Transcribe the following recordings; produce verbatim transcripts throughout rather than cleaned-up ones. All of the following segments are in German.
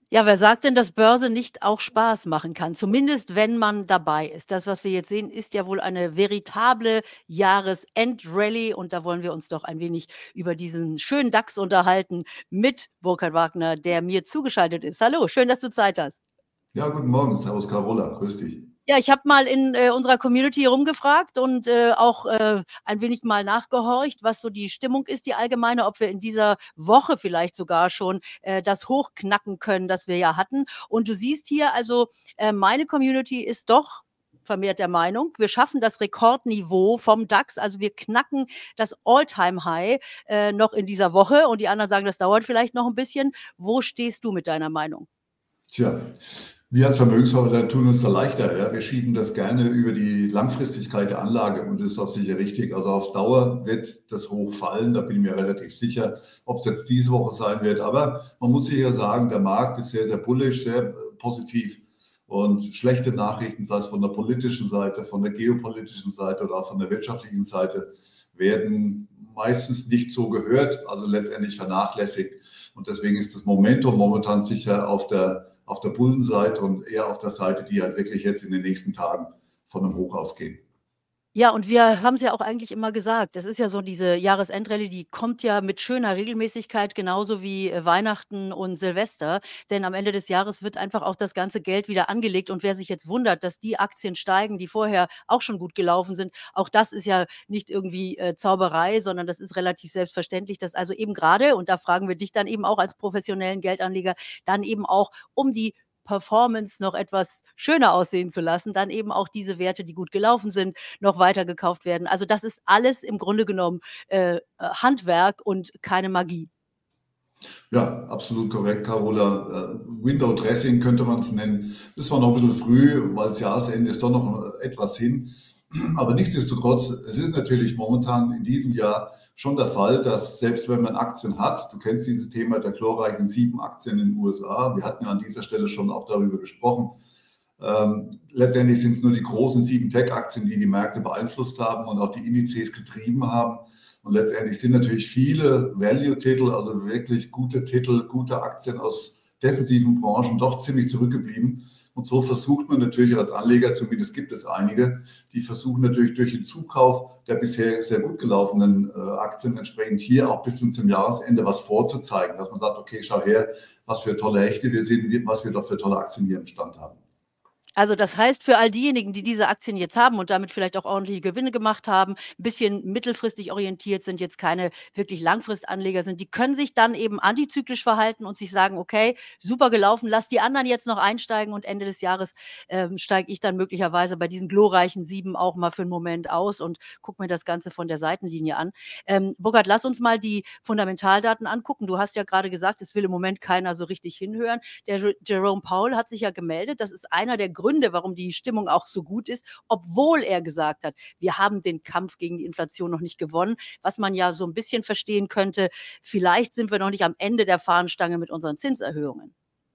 Ja, wer sagt denn, dass Börse nicht auch Spaß machen kann? Zumindest wenn man dabei ist. Das, was wir jetzt sehen, ist ja wohl eine veritable Jahresend-Rallye und da wollen wir uns doch ein wenig über diesen schönen DAX unterhalten mit Burkhard Wagner, der mir zugeschaltet ist. Hallo, schön, dass du Zeit hast. Ja, guten Morgen, servus Carola, grüß dich. Ja, ich habe mal in, äh, unserer Community rumgefragt und, äh, auch, äh, ein wenig mal nachgehorcht, was so die Stimmung ist, die allgemeine, ob wir in dieser Woche vielleicht sogar schon, äh, das Hoch knacken können, das wir ja hatten. Und du siehst hier also, äh, meine Community ist doch vermehrt der Meinung, wir schaffen das Rekordniveau vom DAX. Also, wir knacken das All-Time-High, äh, noch in dieser Woche und die anderen sagen, das dauert vielleicht noch ein bisschen. Wo stehst du mit deiner Meinung? Tja, wir als Vermögensverwalter tun uns da leichter. Ja? Wir schieben das gerne über die Langfristigkeit der Anlage und das ist auch sicher richtig. Also auf Dauer wird das Hoch fallen, da bin ich mir relativ sicher, ob es jetzt diese Woche sein wird. Aber man muss sicher sagen, der Markt ist sehr, sehr bullisch, sehr äh, positiv. Und schlechte Nachrichten, sei es von der politischen Seite, von der geopolitischen Seite oder auch von der wirtschaftlichen Seite, werden meistens nicht so gehört, also letztendlich vernachlässigt. Und deswegen ist das Momentum momentan sicher auf der auf der Bullenseite und eher auf der Seite, die halt wirklich jetzt in den nächsten Tagen von einem Hoch ausgehen. Ja, und wir haben's ja auch eigentlich immer gesagt. Das ist ja so diese Jahresendrallye, die kommt ja mit schöner Regelmäßigkeit, genauso wie, äh, Weihnachten und Silvester. Denn am Ende des Jahres wird einfach auch das ganze Geld wieder angelegt. Und wer sich jetzt wundert, dass die Aktien steigen, die vorher auch schon gut gelaufen sind, auch das ist ja nicht irgendwie, äh, Zauberei, sondern das ist relativ selbstverständlich, dass also eben gerade, und da fragen wir dich dann eben auch als professionellen Geldanleger, dann eben auch um die Performance noch etwas schöner aussehen zu lassen, dann eben auch diese Werte, die gut gelaufen sind, noch weiter gekauft werden. Also, das ist alles im Grunde genommen, äh, äh, Handwerk und keine Magie. Ja, absolut korrekt, Carola. Äh, Window Dressing könnte man es nennen. Das war noch ein bisschen früh, weil das Jahresende ist doch noch äh, etwas hin. Aber nichtsdestotrotz, es ist natürlich momentan in diesem Jahr schon der Fall, dass selbst wenn man Aktien hat, du kennst dieses Thema der glorreichen sieben Aktien in den U S A, wir hatten ja an dieser Stelle schon auch darüber gesprochen, ähm, letztendlich sind es nur die großen sieben Tech-Aktien, die die Märkte beeinflusst haben und auch die Indizes getrieben haben. Und letztendlich sind natürlich viele Value-Titel, also wirklich gute Titel, gute Aktien aus defensiven Branchen doch ziemlich zurückgeblieben. Und so versucht man natürlich als Anleger, zumindest gibt es einige, die versuchen natürlich durch den Zukauf der bisher sehr gut gelaufenen äh, Aktien entsprechend hier auch bis zum Jahresende was vorzuzeigen, dass man sagt, okay, schau her, was für tolle Hechte wir sind, was wir doch für tolle Aktien hier im Stand haben. Also, das heißt, für all diejenigen, die diese Aktien jetzt haben und damit vielleicht auch ordentliche Gewinne gemacht haben, 'n bisschen mittelfristig orientiert sind, jetzt keine wirklich Langfristanleger sind, die können sich dann eben antizyklisch verhalten und sich sagen: „Okay, super gelaufen, lass die anderen jetzt noch einsteigen und Ende des Jahres, ähm, steige ich dann möglicherweise bei diesen glorreichen sieben auch mal für 'n Moment aus und gucke mir das Ganze von der Seitenlinie an.“ Ähm, Burkhard, lass uns mal die Fundamentaldaten angucken. Du hast ja grade gesagt, es will im Moment keiner so richtig hinhören. Der Jer Jerome Powell hat sich ja gemeldet. Das ist einer der Gründe, warum die Stimmung auch so gut ist, obwohl er gesagt hat: „Wir haben den Kampf gegen die Inflation noch nicht gewonnen“, was man ja so 'n bisschen verstehen könnte, vielleicht sind wir noch nicht am Ende der Fahnenstange mit unseren Zinserhöhungen.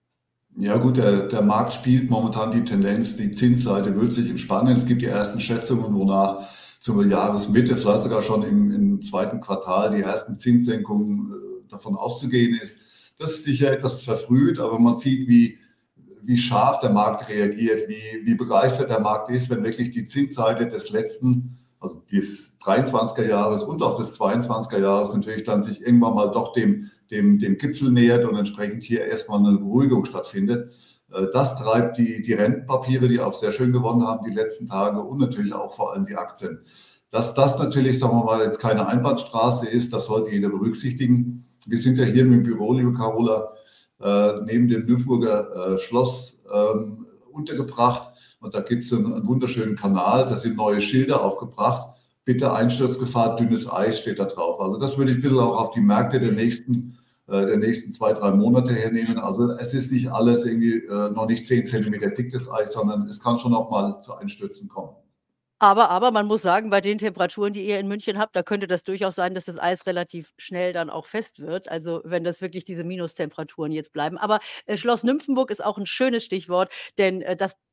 Ja gut, der, der Markt spielt momentan die Tendenz, die Zinsseite wird sich entspannen. Es gibt die ersten Schätzungen, wonach zur Jahresmitte, vielleicht sogar schon im, im zweiten Quartal, die ersten Zinssenkungen äh, davon auszugehen ist. Das ist sicher etwas verfrüht, aber man sieht, wie, wie scharf der Markt reagiert, wie, wie begeistert der Markt ist, wenn wirklich die Zinsseite des letzten, also des dreiundzwanziger Jahres und auch des zweiundzwanziger Jahres natürlich dann sich irgendwann mal doch dem dem, dem Gipfel nähert und entsprechend hier erstmal eine Beruhigung stattfindet. Äh, Das treibt die, die Rentenpapiere, die auch sehr schön gewonnen haben die letzten Tage und natürlich auch vor allem die Aktien. Dass das natürlich, sagen wir mal, jetzt keine Einbahnstraße ist, das sollte jeder berücksichtigen. Wir sind ja hier mit dem Büro, liebe Carola, äh, neben dem Nymphenburger äh, Schloss ähm, untergebracht. Und da gibt es einen, einen wunderschönen Kanal, da sind neue Schilder aufgebracht. Bitte Einsturzgefahr, dünnes Eis steht da drauf. Also das würde ich ein bisschen auch auf die Märkte der nächsten, äh, der nächsten zwei, drei Monate hernehmen. Also es ist nicht alles irgendwie äh, noch nicht zehn Zentimeter dick, das Eis, sondern es kann schon auch mal zu Einstürzen kommen. Aber aber man muss sagen, bei den Temperaturen, die ihr in München habt, da könnte das durchaus sein, dass das Eis relativ schnell dann auch fest wird, also wenn das wirklich diese Minustemperaturen jetzt bleiben. Aber, äh, Schloss Nymphenburg ist auch 'n schönes Stichwort, denn, äh, das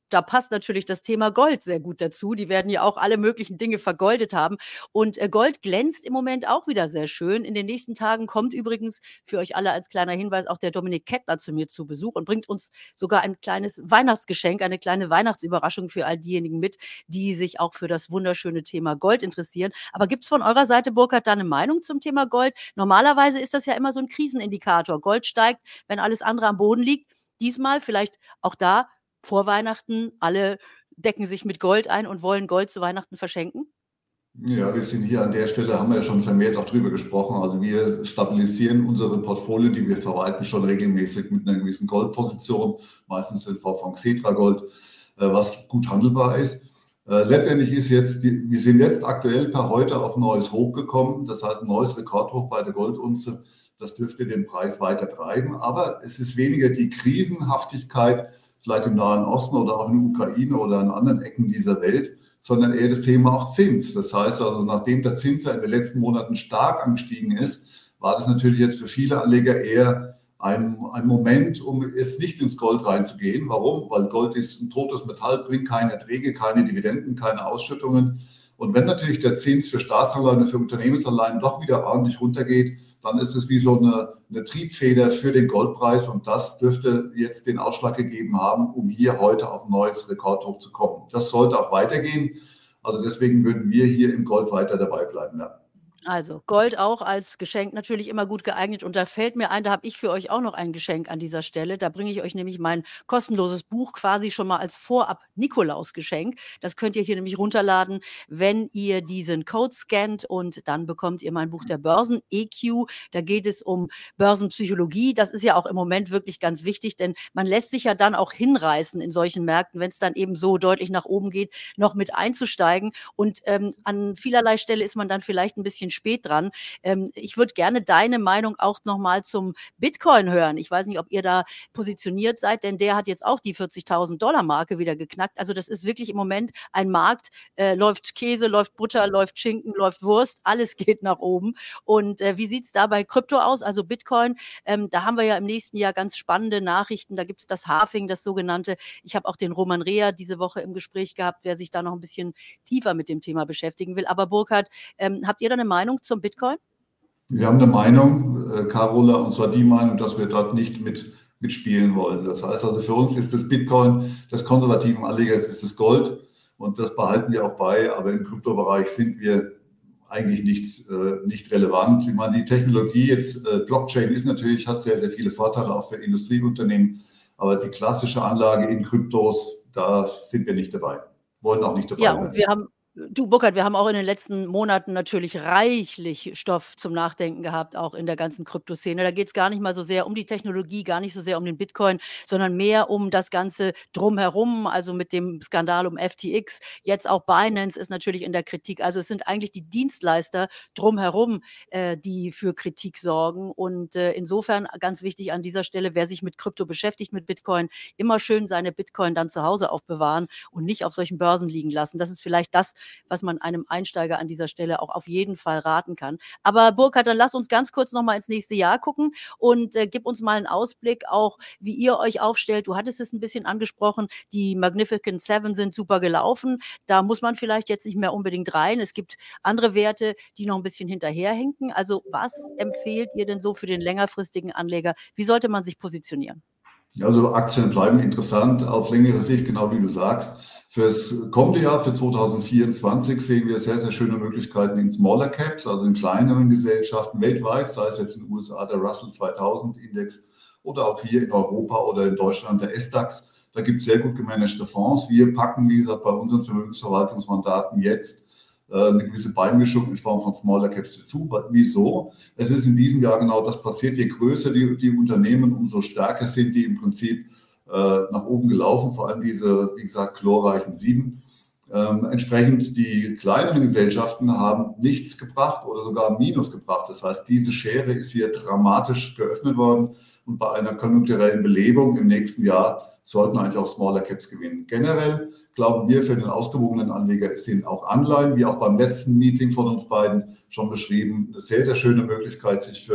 da passt natürlich das Thema Gold sehr gut dazu. Die werden ja auch alle möglichen Dinge vergoldet haben. Und, äh, Gold glänzt im Moment auch wieder sehr schön. In den nächsten Tagen kommt übrigens für euch alle als kleiner Hinweis auch der Dominik Kettner zu mir zu Besuch und bringt uns sogar ein kleines Weihnachtsgeschenk, eine kleine Weihnachtsüberraschung für all diejenigen mit, die sich auch für das wunderschöne Thema Gold interessieren. Aber gibt's von eurer Seite, Burkhard, da 'ne Meinung zum Thema Gold? Normalerweise ist das ja immer so 'n Krisenindikator. Gold steigt, wenn alles andere am Boden liegt. Diesmal vielleicht auch da vor Weihnachten, alle decken sich mit Gold ein und wollen Gold zu Weihnachten verschenken? Ja, wir sind hier an der Stelle haben wir ja schon vermehrt auch drüber gesprochen. Also, wir stabilisieren unsere Portfolien, die wir verwalten, schon regelmäßig mit 'ner gewissen Goldposition, meistens in Form von Xetra-Gold, äh, was gut handelbar ist. Äh, letztendlich ist jetzt die wir sind jetzt aktuell per heute auf 'n neues Hoch gekommen, das heißt 'n neues Rekordhoch bei der Goldunze. Das dürfte den Preis weiter treiben, aber es ist weniger die Krisenhaftigkeit, vielleicht im Nahen Osten oder auch in der Ukraine oder an anderen Ecken dieser Welt, sondern eher das Thema auch Zins. Das heißt also, nachdem der Zins ja in den letzten Monaten stark angestiegen ist, war das natürlich jetzt für viele Anleger eher ein ein Moment, um jetzt nicht ins Gold reinzugehen. Warum? Weil Gold ist 'n totes Metall, bringt keine Erträge, keine Dividenden, keine Ausschüttungen. Und wenn natürlich der Zins für Staatsanleihen, für Unternehmensanleihen doch wieder ordentlich runtergeht, dann ist es wie so 'ne 'ne Triebfeder für den Goldpreis und das dürfte jetzt den Ausschlag gegeben haben, um hier heute auf 'n neues Rekordhoch zu kommen. Das sollte auch weitergehen. Also, deswegen würden wir hier im Gold weiter dabei bleiben, ja. Also, Gold auch als Geschenk natürlich immer gut geeignet und da fällt mir ein, da habe ich für euch auch noch ein Geschenk an dieser Stelle. Da bringe ich euch nämlich mein kostenloses Buch quasi schon mal als Vorab-Nikolausgeschenk. Das könnt ihr hier nämlich runterladen, wenn ihr diesen Code scannt und dann bekommt ihr mein Buch der Börsen-E-Q. Da geht es um Börsenpsychologie. Das ist ja auch im Moment wirklich ganz wichtig, denn man lässt sich ja dann auch hinreißen in solchen Märkten, wenn's dann eben so deutlich nach oben geht, noch mit einzusteigen. Und, ähm, an vielerlei Stelle ist man dann vielleicht 'n bisschen spät dran. Ähm, ich würde gerne deine Meinung auch noch mal zum Bitcoin hören. Ich weiß nicht, ob ihr da positioniert seid, denn der hat jetzt auch die vierzigtausend Dollar Marke wieder geknackt. Also, das ist wirklich im Moment ein Markt, äh, läuft Käse, läuft Butter, läuft Schinken, läuft Wurst, alles geht nach oben. Und, äh, wie sieht's da bei Krypto aus? Also, Bitcoin, ähm, da haben wir ja im nächsten Jahr ganz spannende Nachrichten. Da gibt's das Halving, das sogenannte. Ich habe auch den Roman Reher diese Woche im Gespräch gehabt, der sich da noch 'n bisschen tiefer mit dem Thema beschäftigen will. Aber Burkhard, ähm, habt ihr da 'ne Meinung zum Bitcoin? Wir haben 'ne Meinung, äh, Carola, und zwar die Meinung, dass wir dort nicht mit mitspielen wollen. Das heißt also, für uns ist das Bitcoin des konservativen Anlegers ist das Gold und das behalten wir auch bei, aber im Kryptobereich sind wir eigentlich nicht äh, nicht relevant. Ich meine, die Technologie jetzt äh, Blockchain ist natürlich hat sehr, sehr viele Vorteile auch für Industrieunternehmen, aber die klassische Anlage in Kryptos, da sind wir nicht dabei, wollen auch nicht Ja, dabei und sein. wir haben du Burkhard, wir haben auch in den letzten Monaten natürlich reichlich Stoff zum Nachdenken gehabt, auch in der ganzen Kryptoszene. Da geht's gar nicht mal so sehr um die Technologie, gar nicht so sehr um den Bitcoin, sondern mehr um das Ganze Drumherum, also, mit dem Skandal um FTX. Jetzt auch Binance ist natürlich in der Kritik. Also, es sind eigentlich die Dienstleister drumherum, äh, die für Kritik sorgen. Und, äh, insofern ganz wichtig an dieser Stelle, wer sich mit Krypto beschäftigt, mit Bitcoin, immer schön seine Bitcoin dann zu Hause aufbewahren und nicht auf solchen Börsen liegen lassen. Das ist vielleicht das, was man einem Einsteiger an dieser Stelle auch auf jeden Fall raten kann. Aber Burkhard, dann lass uns ganz kurz noch mal ins nächste Jahr gucken und, äh, gib uns mal 'n Ausblick auch, wie ihr euch aufstellt. Du hattest es 'n bisschen angesprochen, die Magnificent Seven sind super gelaufen. Da muss man vielleicht jetzt nicht mehr unbedingt rein. Es gibt andere Werte, die noch 'n bisschen hinterherhinken. Also, was empfehlt ihr denn so für den längerfristigen Anleger? Wie sollte man sich positionieren? Ja, also, Aktien bleiben interessant auf längere Sicht, genau wie du sagst. Fürs kommende Jahr, für zweitausendvierundzwanzig, sehen wir sehr, sehr schöne Möglichkeiten in Smaller Caps, also, in kleineren Gesellschaften weltweit, sei es jetzt in den U S A der Russell zweitausend Index oder auch hier in Europa oder in Deutschland der SDAX. Da gibt's sehr gut gemanagte Fonds. Wir packen, wie gesagt, bei unseren Vermögensverwaltungsmandaten jetzt, äh, 'ne gewisse Beimischung in Form von Smaller Caps dazu. Wa wieso? Es ist in diesem Jahr genau das passiert. Je größer die die Unternehmen, umso stärker sind die im Prinzip, äh, nach oben gelaufen, vor allem diese, wie gesagt, glorreichen sieben. Ähm, entsprechend die kleineren Gesellschaften haben nichts gebracht oder sogar 'n Minus gebracht. Das heißt, diese Schere ist hier dramatisch geöffnet worden und bei einer konjunkturellen Belebung im nächsten Jahr sollten eigentlich auch Smaller Caps gewinnen. Generell glauben wir für den ausgewogenen Anleger, es sind auch Anleihen, wie auch beim letzten Meeting von uns beiden schon beschrieben, 'ne sehr, sehr schöne Möglichkeit, sich für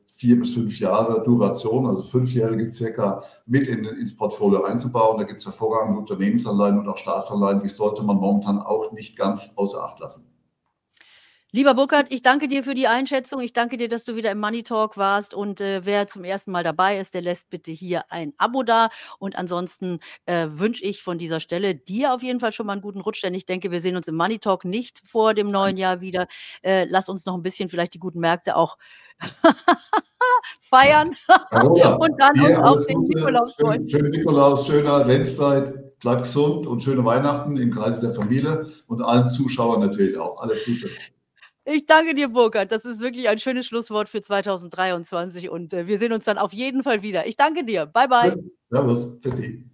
vier bis fünf Jahre Duration, also fünfjährige circa, mit in, ins Portfolio einzubauen. Da gibt es hervorragende Unternehmensanleihen und auch Staatsanleihen, die sollte man momentan auch nicht ganz außer Acht lassen. Lieber Burkhard, ich danke dir für die Einschätzung. Ich danke dir, dass du wieder im Money Talk warst und, äh, wer zum ersten Mal dabei ist, der lässt bitte hier ein Abo da und ansonsten, äh, wünsche ich von dieser Stelle dir auf jeden Fall schon mal 'n guten Rutsch, denn ich denke, wir sehen uns im Money Talk nicht vor dem neuen Jahr wieder. Äh, lass uns noch 'n bisschen vielleicht die guten Märkte auch feiern Carola, und dann uns dir auf alles den Gute, Nikolaus freuen. schönen schönen Nikolaus, schöne Adventszeit, bleib gesund und schöne Weihnachten im Kreise der Familie und allen Zuschauern natürlich auch. Alles Gute. Ich danke dir, Burkhard. Das ist wirklich ein schönes Schlusswort für zweitausenddreiundzwanzig und, äh, wir sehen uns dann auf jeden Fall wieder. Ich danke dir. Bye, bye. Tschüss. Servus. Pfitti.